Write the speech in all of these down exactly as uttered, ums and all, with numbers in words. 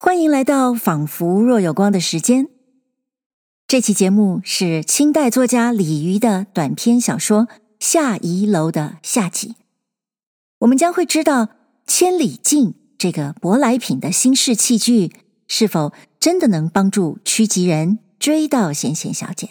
欢迎来到仿佛若有光的时间。这期节目是清代作家李渔的短篇小说《下仪楼》的下集。我们将会知道千里镜这个舶来品的新式器具是否真的能帮助屈吉人追到贤贤小姐。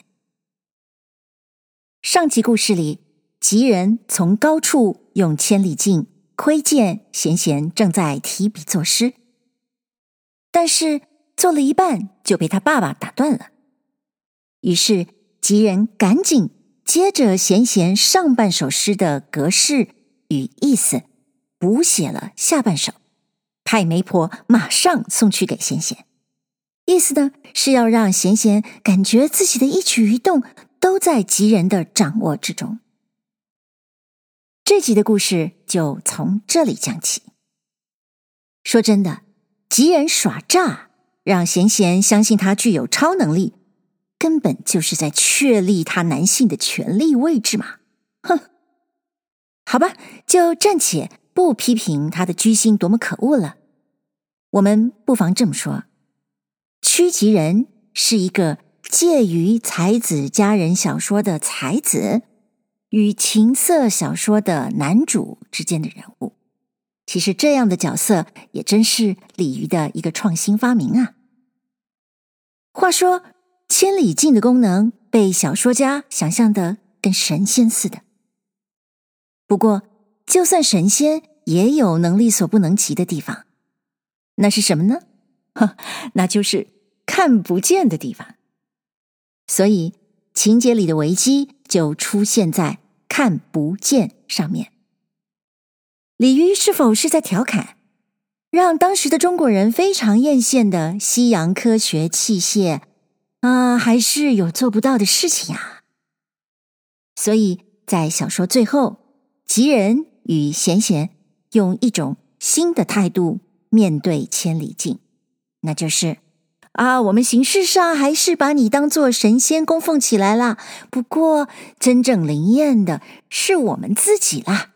上集故事里，吉人从高处用千里镜窥见贤贤正在提笔作诗，但是做了一半就被他爸爸打断了。于是吉人赶紧接着贤贤上半首诗的格式与意思补写了下半首，派媒婆马上送去给贤贤。意思呢，是要让贤贤感觉自己的一举一动都在吉人的掌握之中。这集的故事就从这里讲起。说真的，吉人耍诈，让贤贤相信他具有超能力，根本就是在确立他男性的权力位置嘛。哼，好吧，就暂且不批评他的居心多么可恶了。我们不妨这么说，屈吉人是一个介于才子佳人小说的才子与情色小说的男主之间的人物。其实这样的角色也真是李渔的一个创新发明啊。话说千里镜的功能被小说家想象得跟神仙似的。不过就算神仙也有能力所不能及的地方。那是什么呢？呵，那就是看不见的地方。所以情节里的危机就出现在看不见上面。李渔是否是在调侃，让当时的中国人非常艳羡的西洋科学器械啊，还是有做不到的事情啊？所以在小说最后，吉人与贤贤用一种新的态度面对千里镜，那就是啊，我们形式上还是把你当作神仙供奉起来啦，不过真正灵验的是我们自己啦。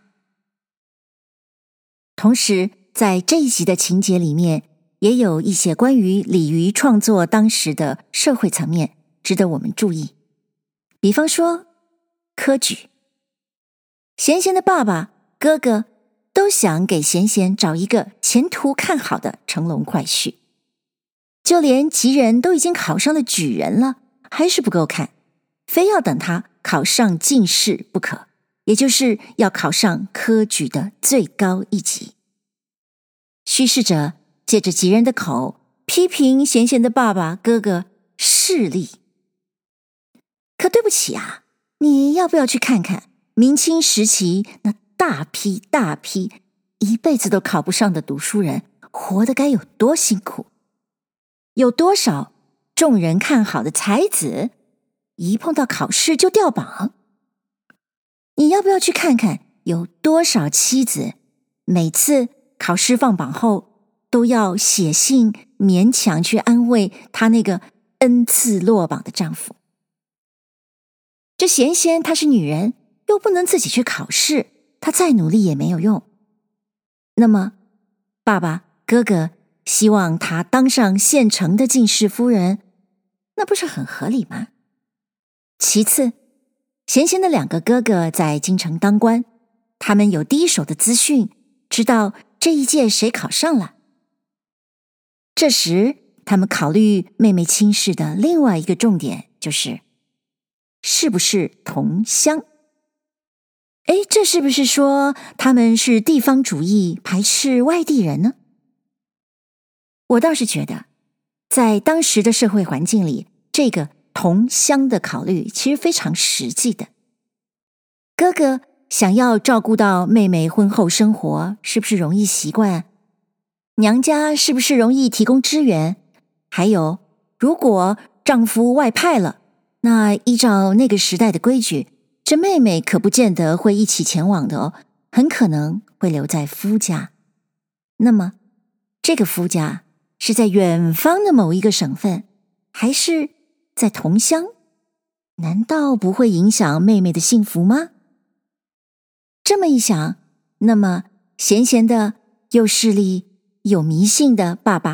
同时在这一集的情节里面，也有一些关于李渔创作当时的社会层面值得我们注意。比方说科举，贤贤的爸爸哥哥都想给贤贤找一个前途看好的乘龙快婿，就连吉人都已经考上了举人了，还是不够看，非要等他考上进士不可，也就是要考上科举的最高一级。叙事者借着吉人的口批评贤贤的爸爸哥哥势利。可对不起啊，你要不要去看看明清时期那大批大批一辈子都考不上的读书人活得该有多辛苦？有多少众人看好的才子一碰到考试就掉榜？你要不要去看看有多少妻子每次考试放榜后都要写信勉强去安慰她那个 N 次落榜的丈夫？这贤贤她是女人，又不能自己去考试，她再努力也没有用。那么爸爸哥哥希望她当上现成的进士夫人，那不是很合理吗？其次，贤贤的两个哥哥在京城当官，他们有第一手的资讯，知道这一届谁考上了。这时他们考虑妹妹亲事的另外一个重点就是是不是同乡。诶，这是不是说他们是地方主义排斥外地人呢？我倒是觉得在当时的社会环境里，这个同乡的考虑其实非常实际的。哥哥想要照顾到妹妹婚后生活，是不是容易习惯？娘家是不是容易提供支援？还有，如果丈夫外派了，那依照那个时代的规矩，这妹妹可不见得会一起前往的哦，很可能会留在夫家。那么，这个夫家是在远方的某一个省份，还是在同乡？难道不会影响妹妹的幸福吗？这么一想，那么闲闲的又势利又迷信的爸爸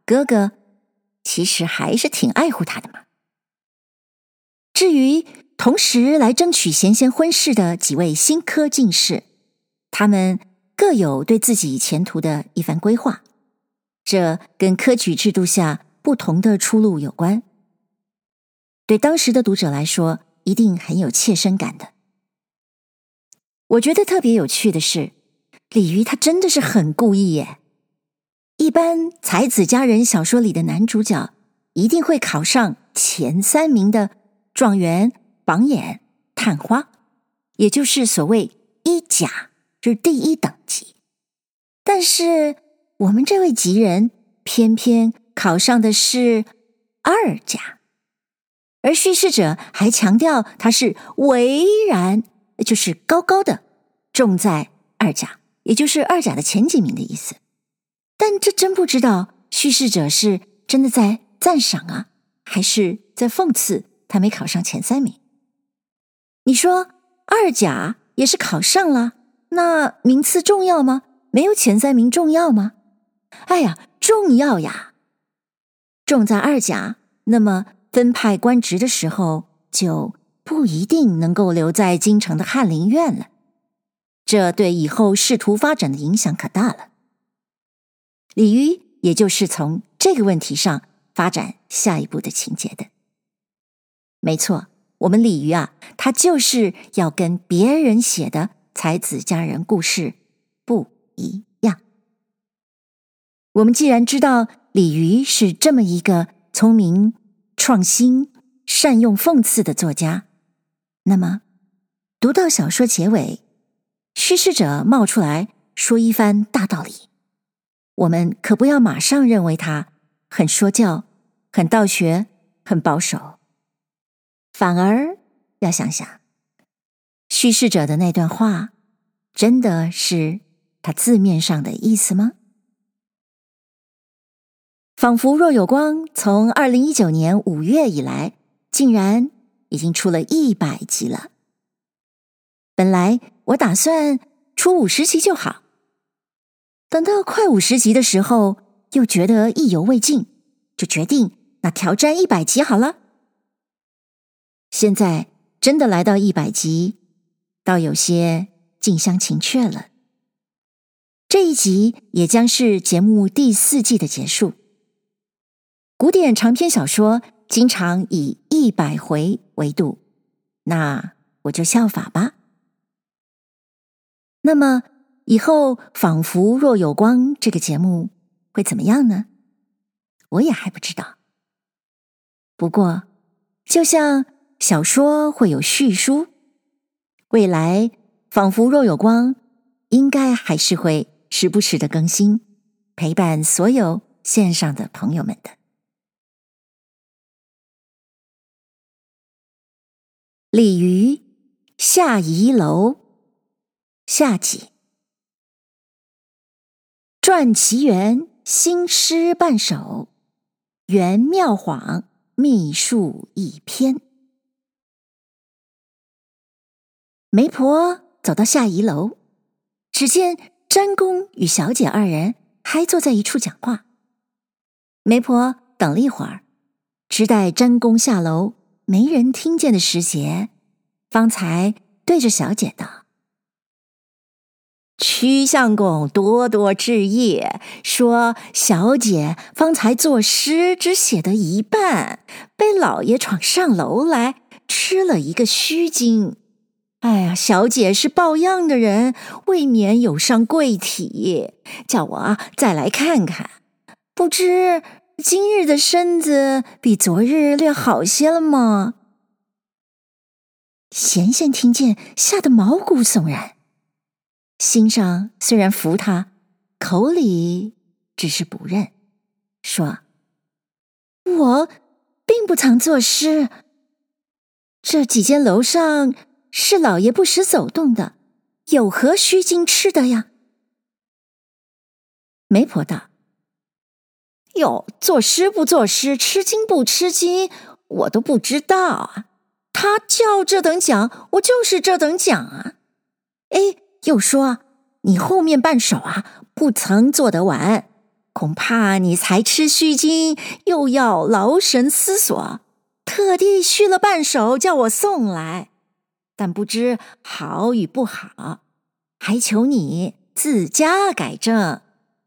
哥哥其实还是挺爱护他的嘛。至于同时来争取贤贤婚事的几位新科进士，他们各有对自己前途的一番规划，这跟科举制度下不同的出路有关。对当时的读者来说，一定很有切身感的。我觉得特别有趣的是，李渔他真的是很故意耶。一般才子佳人小说里的男主角一定会考上前三名的状元、榜眼、探花，也就是所谓一甲，就是第一等级。但是我们这位吉人偏偏考上的是二甲，而叙事者还强调他是巍然，就是高高的重在二甲，也就是二甲的前几名的意思。但这真不知道叙事者是真的在赞赏啊，还是在讽刺他没考上前三名。你说二甲也是考上了，那名次重要吗？没有前三名重要吗？哎呀，重要呀！重在二甲，那么分派官职的时候就不一定能够留在京城的翰林院了，这对以后仕途发展的影响可大了。李渔也就是从这个问题上发展下一步的情节的。没错，我们李渔啊，他就是要跟别人写的才子佳人故事不一样。我们既然知道李渔是这么一个聪明、创新、善用讽刺的作家，那么读到小说结尾，叙事者冒出来说一番大道理，我们可不要马上认为他很说教、很道学、很保守，反而要想想，叙事者的那段话真的是他字面上的意思吗？仿佛若有光从二零一九年五月以来，竟然已经出了一百集了。本来我打算出五十集就好，等到快五十集的时候，又觉得意犹未尽，就决定那挑战一百集好了。现在真的来到一百集，倒有些近乡情怯了。这一集也将是节目第四季的结束。古典长篇小说经常以一百回为度，那我就效法吧。那么以后仿佛若有光这个节目会怎么样呢？我也还不知道。不过就像小说会有续书，未来仿佛若有光应该还是会时不时的更新，陪伴所有线上的朋友们的。李渔下仪楼下集，传奇园新诗半首，原妙谎秘术一篇。媒婆走到下仪楼，只见詹公与小姐二人还坐在一处讲话。媒婆等了一会儿，只待詹公下楼没人听见的时节，方才对着小姐道：屈相公多多致业，说小姐方才作诗只写得一半，被老爷闯上楼来吃了一个虚惊。哎呀，小姐是抱恙的人，未免有伤贵体，叫我啊再来看看。不知今日的身子比昨日略好些了吗？贤贤听见，吓得毛骨悚然，心上虽然服他，口里只是不认，说：我并不常作诗，这几间楼上是老爷不时走动的，有何虚惊吃的呀？媒婆道：哟，作诗不作诗，吃惊不吃惊，我都不知道啊。他叫这等讲，我就是这等讲啊。哎，又说你后面半首啊，不曾做得完， 恐怕你才吃须惊，又要劳神思索，特地续了半首叫我送来，但不知好与不好，还求你自家改正。”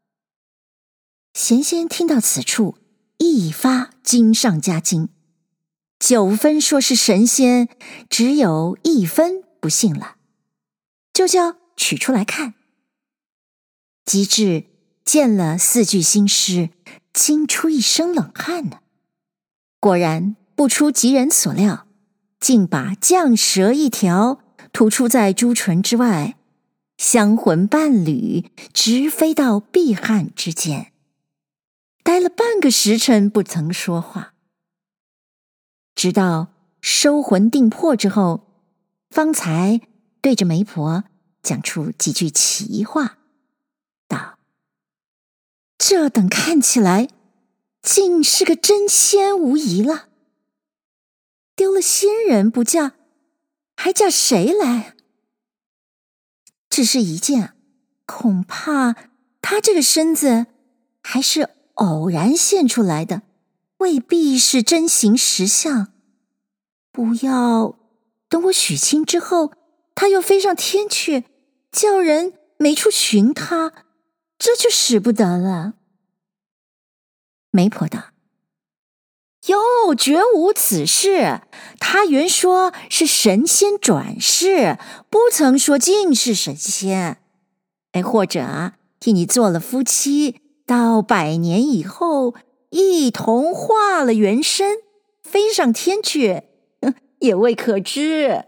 贤仙听到此处，一发惊上加惊，九分说是神仙，只有一分不信了，就叫取出来看。机智见了四句新诗，惊出一身冷汗呢。果然不出吉人所料，竟把绛蛇一条吐出在朱唇之外，香魂伴侣直飞到碧汉之间，待了半个时辰不曾说话，直到收魂定魄之后，方才对着媒婆讲出几句奇话，道：“这等看起来，竟是个真仙无疑了。丢了仙人不嫁，还嫁谁来？只是一件，恐怕他这个身子还是偶然现出来的，未必是真形实相。不要等我许亲之后，他又飞上天去，叫人没处寻他，这就使不得了。”媒婆道：“哟，绝无此事，他原说是神仙转世，不曾说尽是神仙。哎，或者替你做了夫妻，到百年以后一同化了原身，飞上天去，也未可知。”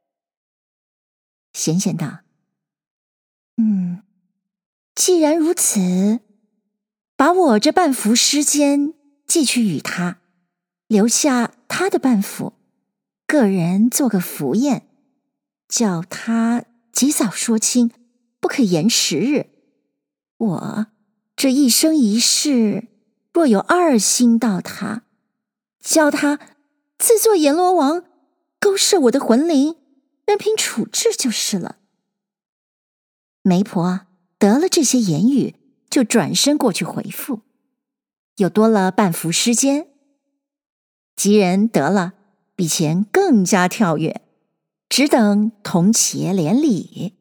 贤贤道：“嗯，既然如此，把我这半幅诗笺寄去与他，留下他的半幅，个人做个符验，叫他及早说清，不可延时日。我这一生一世，若有二心到他，叫他自作阎罗王，勾摄我的魂灵，任凭处置就是了。”媒婆得了这些言语，就转身过去回复，又多了半幅诗笺。吉人得了，比前更加跳跃，只等同且连理。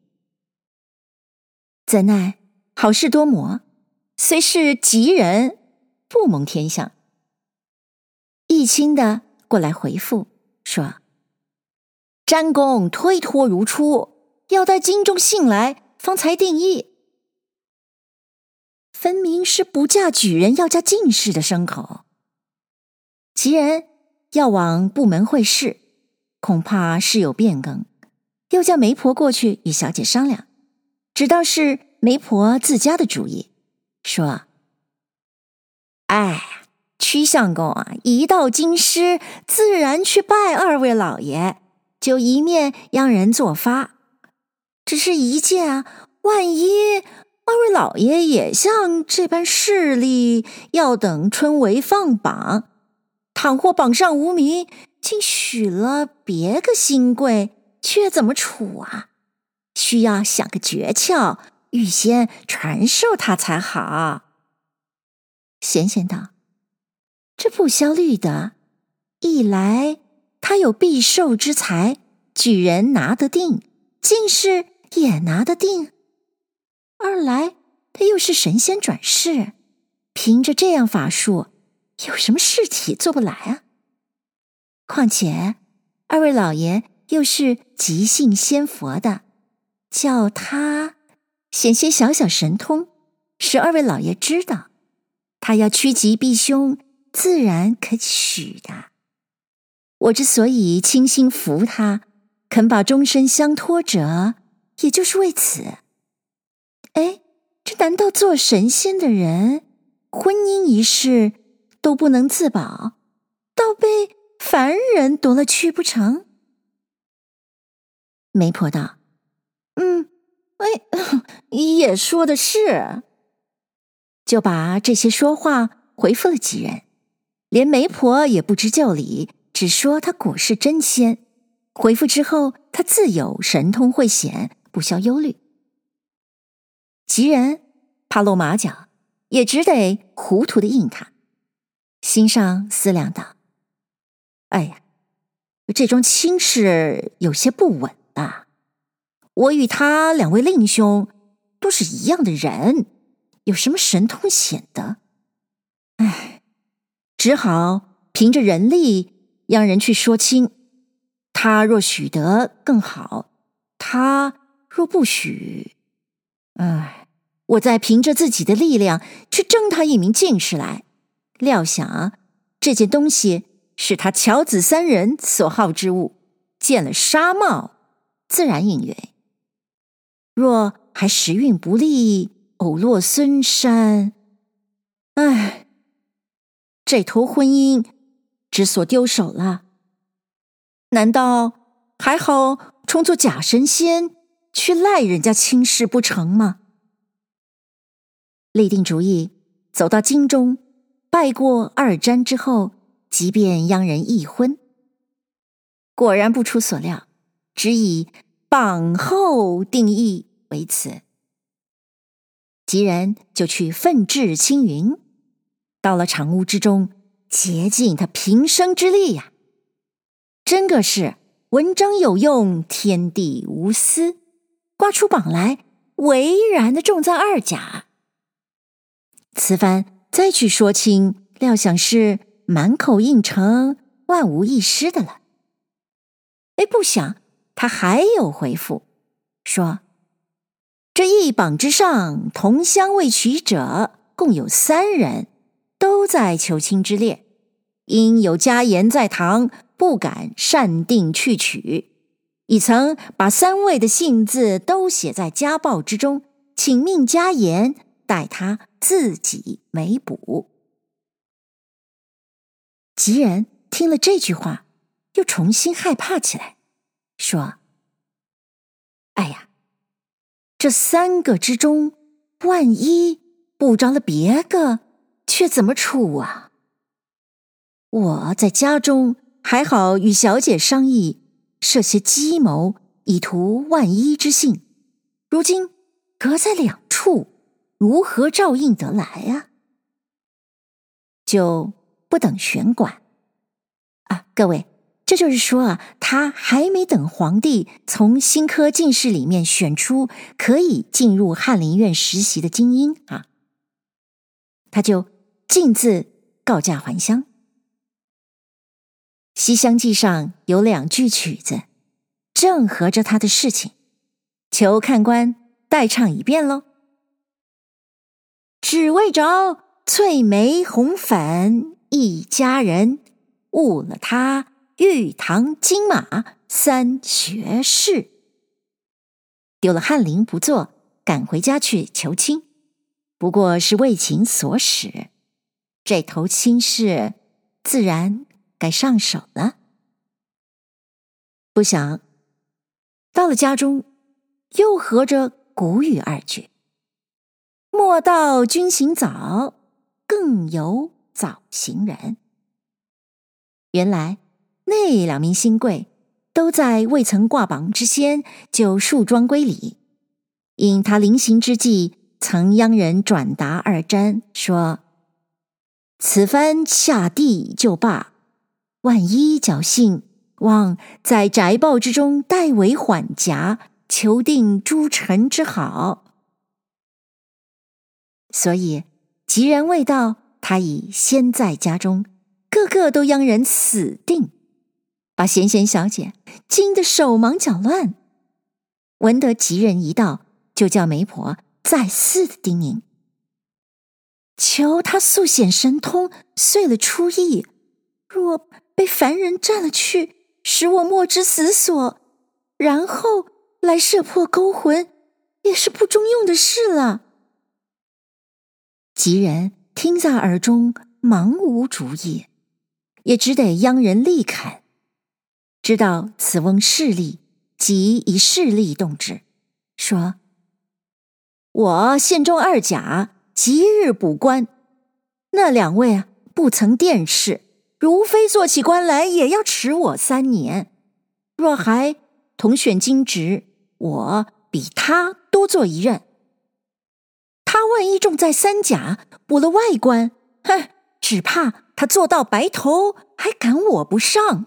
怎奈好事多磨，虽是吉人，不蒙天相。一清的过来回复说：“詹公推脱如初，要待京中信来，方才定义。分明是不嫁举人，要嫁进士的牲口。吉人要往部门会试，恐怕事有变更，又叫媒婆过去与小姐商量，只道是媒婆自家的主意，说：哎，屈相公啊，一到京师，自然去拜二位老爷，就一面央人作发。只是一件啊，万一二位老爷也像这般势力，要等春闱放榜，倘或榜上无名，竟许了别个新贵，却怎么处啊？需要想个诀窍，预先传授他才好。贤贤道：这不消虑的，一来他有必寿之才，举人拿得定，进士也拿得定；二来他又是神仙转世，凭着这样法术，有什么事体做不来啊？况且二位老爷又是极信仙佛的，叫他显些小小神通，使二位老爷知道，他要趋吉避凶，自然可许的。我之所以倾心服他，肯把终身相托者，也就是为此。哎，这难道做神仙的人，婚姻一事都不能自保，倒被凡人夺了去不成？媒婆道：嗯，哎，也说的是。就把这些说话回复了几人，连媒婆也不知就里，只说他果是真仙。回复之后，他自有神通慧显，不消忧虑。吉人怕露马脚， 也只得糊涂的应他，心上思量道：哎呀，这桩亲事有些不稳啊。我与他两位令兄都是一样的人，有什么神通显德？哎，只好凭着人力让人去说清。他若许得更好，他若不许，哎，我再凭着自己的力量去争他一名进士来。料想这件东西是他乔子三人所好之物，见了纱帽，自然应允。若还时运不利，偶落孙山，唉，这头婚姻之所丢手了，难道还好充作假神仙去赖人家亲事不成吗？立定主意，走到京中，拜过二瞻之后，即便央人议婚。果然不出所料，只以绑后定义为此。吉人就去奋志青云，到了场屋之中，竭尽他平生之力呀、啊！真个是文章有用，天地无私，刮出榜来，巍然的中在二甲。此番再去说清，料想是满口应承，万无一失的了。哎，不想他还有回复，说这一榜之上，同乡未娶者共有三人，都在求亲之列，因有家言在堂，不敢擅定去取，已曾把三位的姓字都写在家报之中，请命家言，待他自己没补。吉人听了这句话，又重新害怕起来，说：哎呀，这三个之中，万一补着了别个，却怎么处啊？我在家中还好与小姐商议，设些计谋，以图万一之幸。如今隔在两处，如何照应得来啊？就不等选管啊，各位，这就是说啊，他还没等皇帝从新科进士里面选出可以进入翰林院实习的精英啊，他就径自告假还乡。《西厢记》上有两句曲子，正合着他的事情，求看官代唱一遍喽。只为着翠眉红粉一家人，误了他玉堂金马三学士。丢了翰林不做，赶回家去求亲，不过是为情所使，这头亲事自然该上手了。不想到了家中，又合着古语二句：莫道君行早，更有早行人。原来那两名新贵都在未曾挂榜之先就束装归里，因他临行之际曾央人转达二瞻，说此番下地就罢，万一侥幸，望在宅报之中代为缓夹，求定诸臣之好。所以吉人未到，他已先在家中，个个都央人死定，把贤贤小姐惊得手忙脚乱。闻得吉人一到，就叫媒婆再四的叮咛，求他速显神通，遂了初意，若被凡人占了去，使我莫知死所，然后来射破勾魂，也是不中用的事了。吉人听在耳中，茫无主意，也只得央人力恳，知道此翁势力，即以势力动之，说我县中二甲即日补官，那两位啊不曾殿试，如非做起官来，也要迟我三年。若还同选京职，我比他多做一任。他万一中在三甲，补了外关，哼，只怕他做到白头，还赶我不上。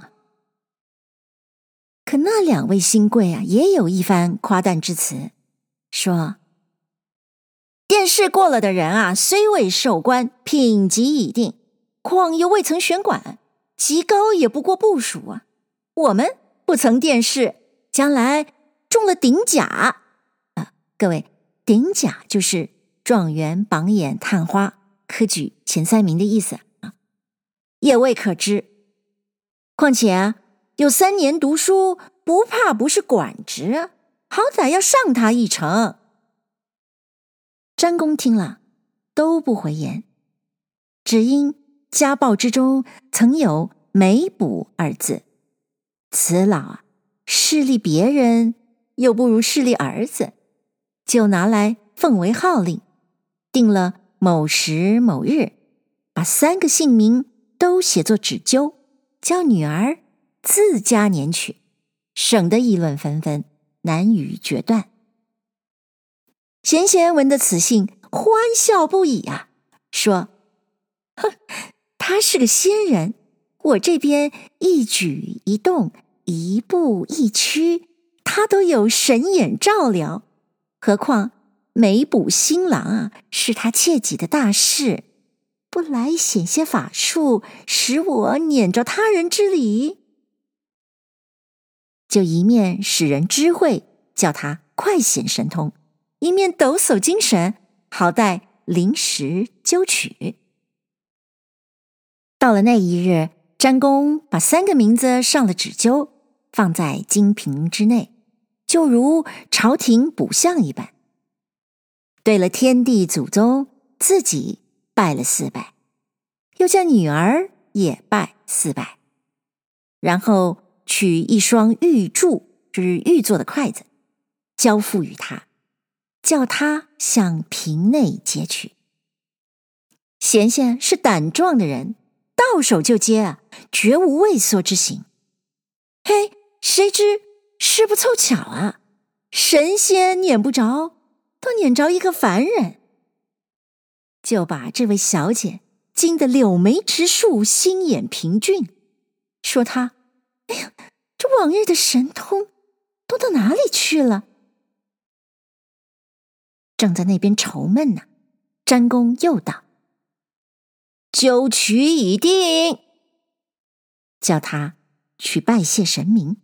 可那两位新贵啊，也有一番夸诞之词，说殿试过了的人啊，虽未受官，品级已定，况又未曾选管，级高也不过部属啊。我们不曾殿试，将来中了顶甲啊，各位，顶甲就是状元、榜眼、探花、科举前三名的意思啊，也未可知。况且啊，有三年读书，不怕不是管职，好歹要上他一程。詹公听了，都不回言，只因家报之中曾有没补二字，此老啊，势利别人又不如势利儿子，就拿来奉为号令，定了某时某日，把三个姓名都写作纸揪，叫女儿自家拈取，省得议论纷纷，难以决断。贤贤闻得此信，欢笑不已啊，说：哼，他是个仙人，我这边一举一动，一步一趋，他都有神眼照料，何况没补新郎啊，是他切己的大事，不来显些法术，使我撵着他人之理，就一面使人知会，叫他快显神通，一面抖擞精神，好待临时揪取。到了那一日，詹公把三个名字上了纸揪，放在金瓶之内，就如朝廷卜相一般，对了天地祖宗，自己拜了四拜，又叫女儿也拜四拜，然后取一双玉柱，就是玉做的筷子，交付于他，叫他向瓶内接取。贤贤是胆壮的人，到手就接啊，绝无畏缩之行。嘿，谁知事不凑巧啊，神仙撵不着，都撵着一个凡人，就把这位小姐惊得柳眉直竖，心眼平俊，说她：哎呀，这往日的神通都到哪里去了？正在那边愁闷呢，詹公又道：揪取已定，叫他去拜谢神明。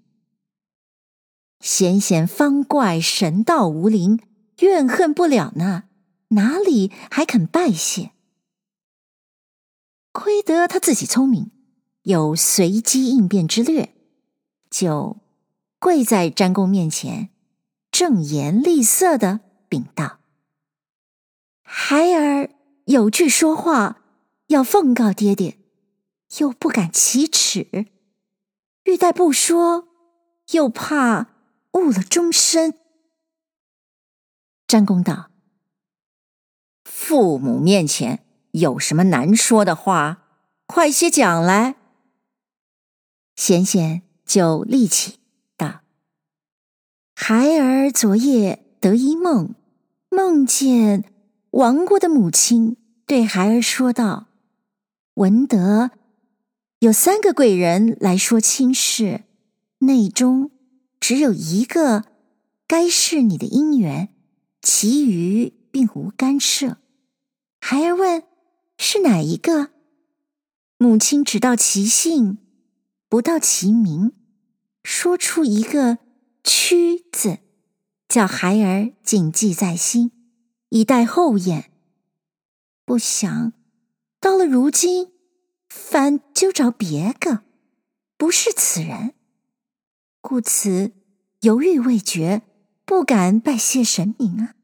贤贤方怪神道无灵，怨恨不了呢，哪里还肯拜谢？亏得他自己聪明，有随机应变之略，就跪在詹公面前，正言厉色地禀道：孩儿有句说话要奉告爹爹，又不敢启齿，欲待不说，又怕误了终身。詹公道：父母面前有什么难说的话，快些讲来。贤贤就立起道：孩儿昨夜得一梦，梦见亡国的母亲对孩儿说道：闻得有三个贵人来说亲事，内中只有一个该是你的姻缘，其余并无干涉。孩儿问是哪一个？母亲只道其姓，不道其名，说出一个屈字，叫孩儿谨记在心，以待后验。不想到了如今，反揪着别个，不是此人，故此犹豫未决，不敢拜谢神明啊。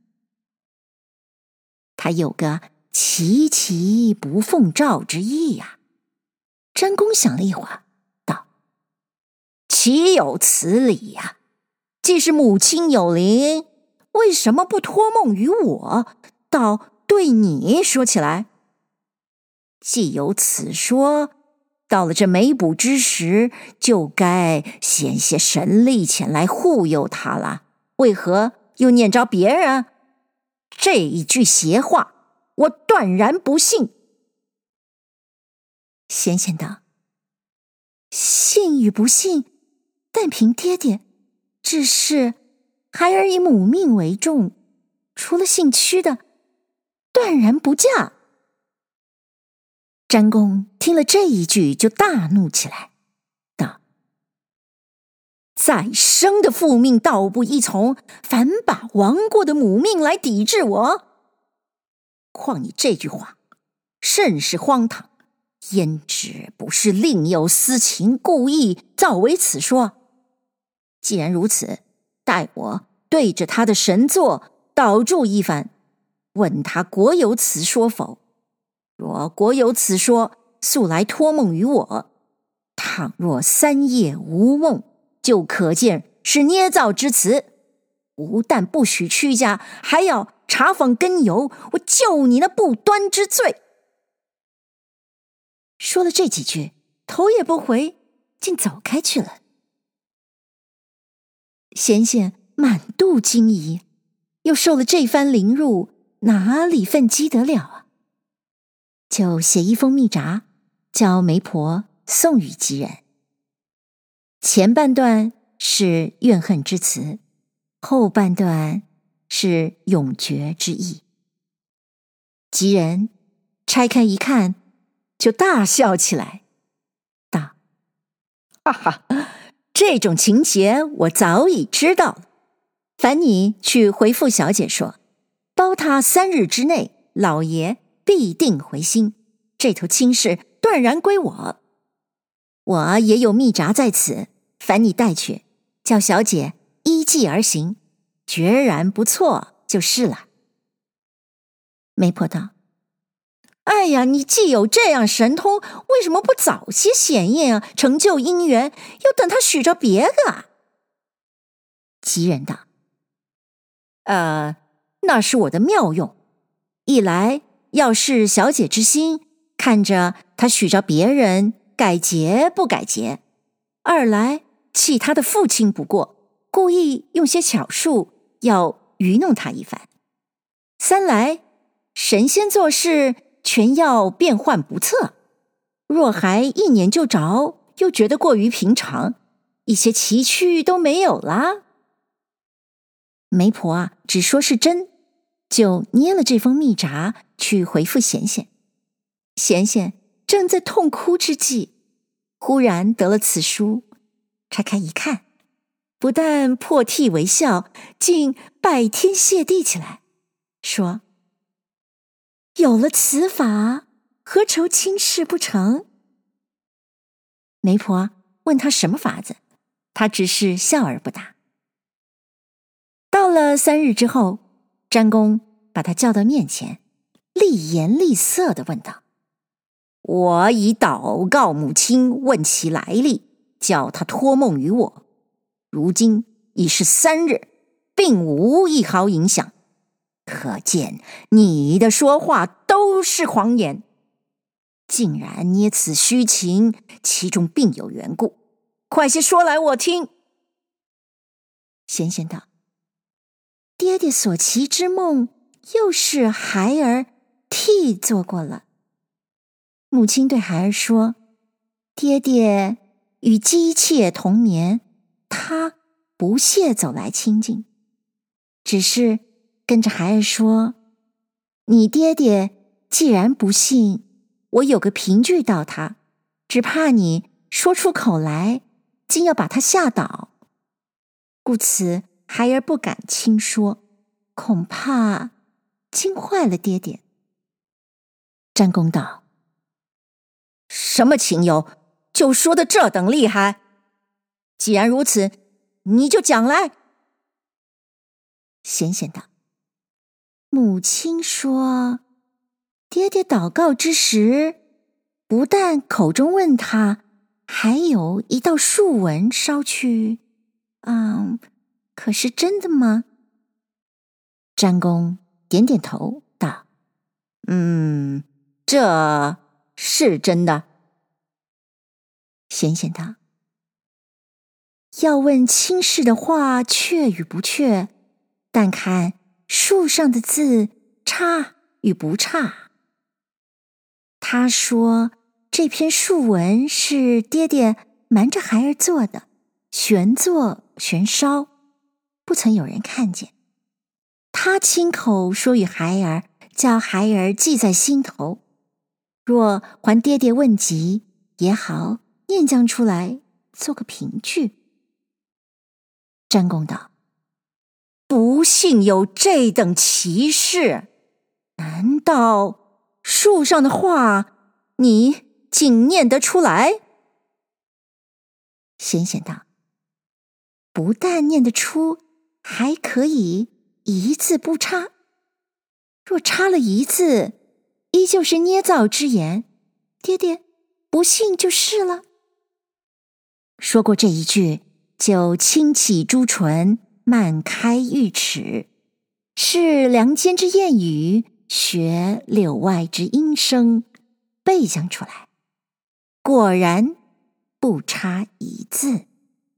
他有个齐齐不奉诏之意呀、啊。詹公想了一会儿，道：岂有此理呀、啊？既是母亲有灵，为什么不托梦于我，倒对你说起来？既有此说，到了这没补之时，就该显些神力前来护佑他了，为何又念着别人？ 这一句邪话，我断然不信。”贤贤道：“信与不信，但凭爹爹，只是孩儿以母命为重，除了姓屈的，断然不嫁。”詹公听了这一句，就大怒起来，道：“再生的父命道不依从，反把亡过的母命来抵制我。况你这句话甚是荒唐，焉知不是另有私情，故意造为此说？既然如此，待我对着他的神座祷祝一番，问他国有此说否？若国有此说，速来托梦于我。倘若三夜无梦，就可见是捏造之词。不但不许屈家，还要查访根由，我就你那不端之罪。”说了这几句，头也不回，竟走开去了。贤贤满肚惊疑，又受了这番凌辱，哪里愤激得了啊？就写一封密札，叫媒婆送与吉人。前半段是怨恨之词，后半段是永诀之意。吉人拆开一看，就大笑起来，道：“哈哈，这种情节我早已知道了。烦你去回复小姐说，包他三日之内，老爷必定回心，这头亲事断然归我。我也有密札在此，烦你带去，叫小姐依计而行，决然不错就是了。”媒婆道：“哎呀，你既有这样神通，为什么不早些显验啊？成就姻缘，又等他许着别个啊？”吉人道：“呃，那是我的妙用。一来要视小姐之心，看着他许着别人，改节不改节；二来气他的父亲不过，故意用些巧术，要愚弄他一番；三来神仙做事，全要变幻不测，若还一年就着，又觉得过于平常，一些奇趣都没有啦。”媒婆啊，只说是真，就捏了这封密札去回复贤贤。贤贤正在痛哭之际，忽然得了此书，拆开一看，不但破涕为笑，竟拜天谢地起来，说：“有了此法，何愁亲事不成？”媒婆问他什么法子，他只是笑而不答。到了三日之后，詹公把他叫到面前，厉言厉色地问道：“我已祷告母亲，问其来历，叫他托梦于我。如今已是三日，并无一毫影响，可见你的说话都是谎言。竟然捏此虚情，其中必有缘故，快些说来我听。”贤贤道：“爹爹所期之梦，又是孩儿替做过了。母亲对孩儿说，爹爹与姬妾同眠，他不屑走来亲近，只是跟着孩儿说，你爹爹既然不信，我有个凭据到他，只怕你说出口来，竟要把他吓倒，故此孩儿不敢轻说，恐怕惊坏了爹爹。”詹公道：“什么情由，就说的这等厉害？既然如此，你就讲来。”贤贤道：“母亲说，爹爹祷告之时，不但口中问他，还有一道术文捎去。嗯，可是真的吗？”詹公点点头道：“嗯，这是真的。”贤贤道：“要问亲事的话，确与不确，但看树上的字差与不差。他说这篇树文是爹爹瞒着孩儿做的，悬做悬烧，不曾有人看见。他亲口说与孩儿，叫孩儿记在心头，若还爹爹问及，也好念将出来做个凭据。詹公道：不幸有这等奇事，难道树上的话你竟念得出来？贤贤道：不但念得出，还可以一字不差。若差了一字，依旧是捏造之言，爹爹不信就是了。说过这一句，就轻启朱唇，慢开玉齿，是梁间之谚语，学柳外之音声，背将出来，果然不差一字。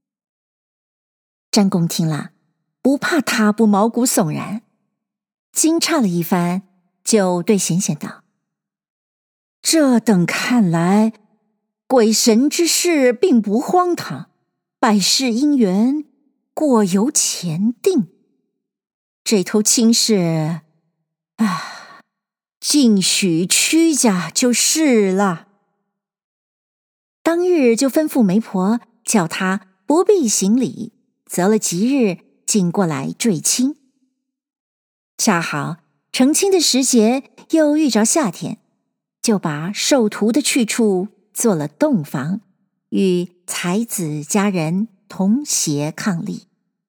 詹公听了，不怕他不毛骨悚然，惊诧了一番，就对贤贤道：这等看来，鬼神之事并不荒唐，百世姻缘果由前定。这头亲事，啊，竟许屈家就是了。当日就吩咐媒婆，叫他不必行礼，择了吉日进过来坠亲。恰好成亲的时节又遇着夏天，就把受徒的去处做了洞房，与才子佳人同携伉俪。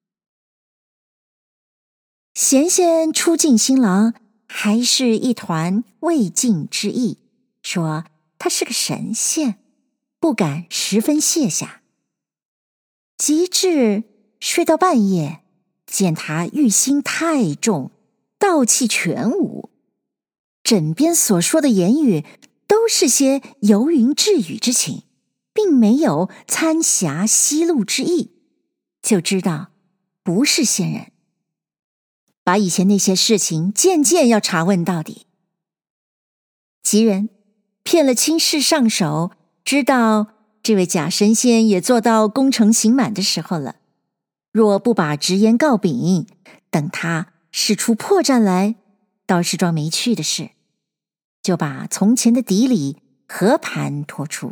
贤贤初见新郎，还是一团未尽之意，说他是个神仙，不敢十分卸下。及至睡到半夜，见他欲心太重，道气全无，枕边所说的言语都是些游云致雨之情，并没有参霞息露之意，就知道不是仙人，把以前那些事情渐渐要查问到底。吉人骗了亲事上手，知道这位假神仙也做到功成刑满的时候了，若不把直言告禀，等他使出破绽来，倒是桩没趣的事，就把从前的底里和盘托出。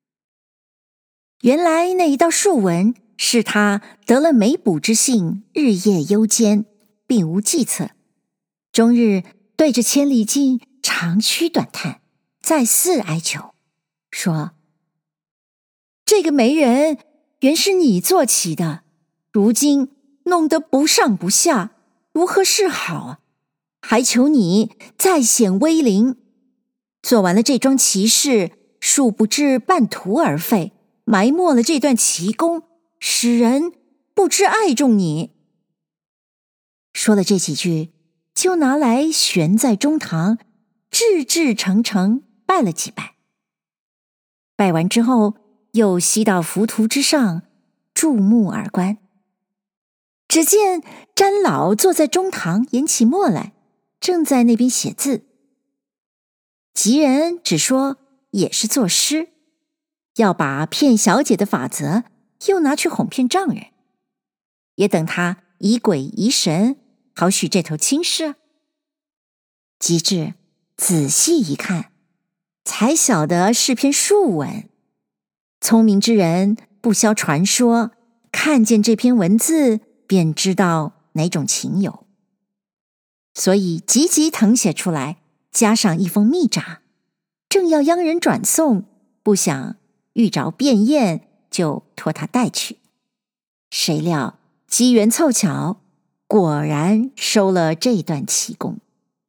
原来那一道树文是他得了没卜之幸，日夜忧艰，并无计策，终日对着千里镜长吁短叹，再四哀求，说这个媒人原是你做起的，如今弄得不上不下，如何是好啊？还求你再显威灵，做完了这桩奇事，恕不至半途而废，埋没了这段奇功，使人不知爱重你。说了这几句，就拿来悬在中堂，至至诚诚拜了几拜。拜完之后，又吸到浮屠之上，注目而观。只见詹老坐在中堂，研起墨来，正在那边写字。吉人只说也是作诗，要把骗小姐的法则又拿去哄骗丈人，也等他疑鬼疑神，好许这头亲事。及至仔细一看，才晓得是篇术文。聪明之人不消传说，看见这篇文字便知道哪种情由，所以急急誊写出来，加上一封密札，正要央人转送，不想遇着便宴，就托他带去。谁料机缘凑巧，果然收了这段奇功。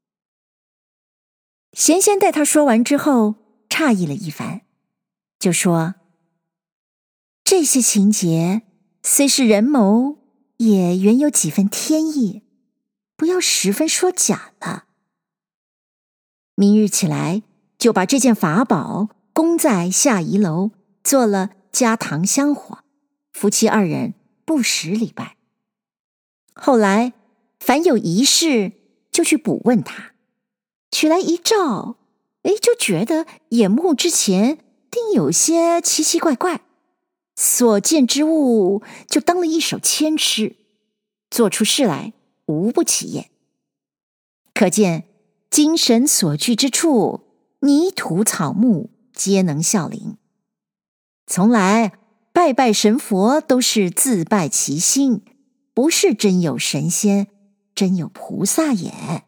贤贤待他说完之后，诧异了一番，就说这些情节虽是人谋，也原有几分天意，不要十分说假了。明日起来，就把这件法宝供在下仪楼，做了加糖香火，夫妻二人不时礼拜。后来凡有疑事就去卜问他，取来一照，哎，就觉得眼目之前定有些奇奇怪怪，所见之物就当了一手千诗，做出事来无不起眼。可见精神所居之处，泥土草木皆能效灵。从来拜拜神佛都是自拜其心，不是真有神仙，真有菩萨也。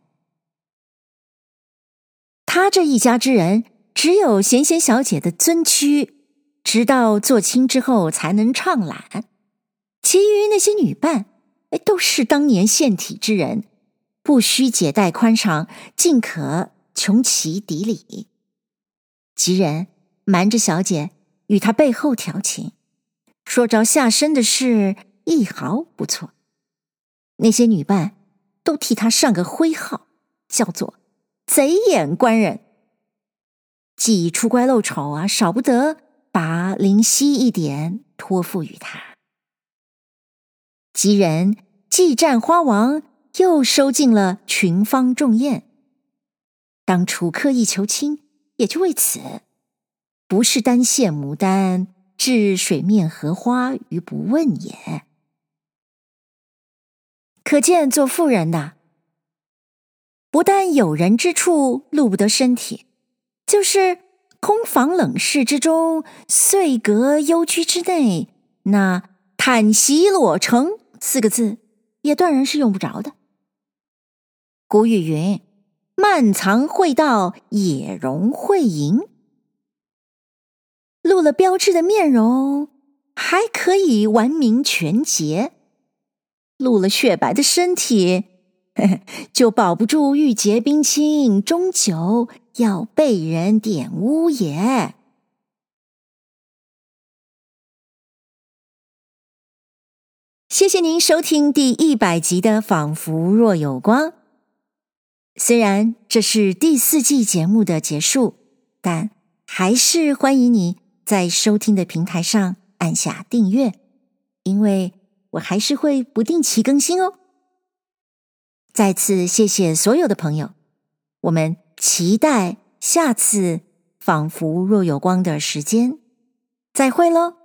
他这一家之人，只有贤贤小姐的尊躯，直到做亲之后才能畅览，其余那些女伴都是当年献体之人，不需解带宽敞，尽可穷其底里。吉人瞒着小姐与他背后调情，说着下身的事一毫不错。那些女伴都替他上个徽号，叫做贼眼官人。既出乖露丑啊，少不得把灵犀一点托付于他。吉人既占花王，又收进了群芳众艳。当初刻意求亲，也就为此，不是单献牡丹，置水面荷花于不问也。可见做妇人的，不但有人之处露不得身体，就是空房冷室之中，岁阁幽居之内，那袒席裸成四个字也断然是用不着的。古语云，漫藏会道，也容会淫。露了标志的面容，还可以玩名全节；露了雪白的身体，呵呵，就保不住玉洁冰清，终究要被人玷污也。谢谢您收听第一百集的《仿佛若有光》。虽然这是第四季节目的结束，但还是欢迎你在收听的平台上按下订阅，因为我还是会不定期更新哦。再次谢谢所有的朋友，我们期待下次仿佛若有光的时间，再会咯。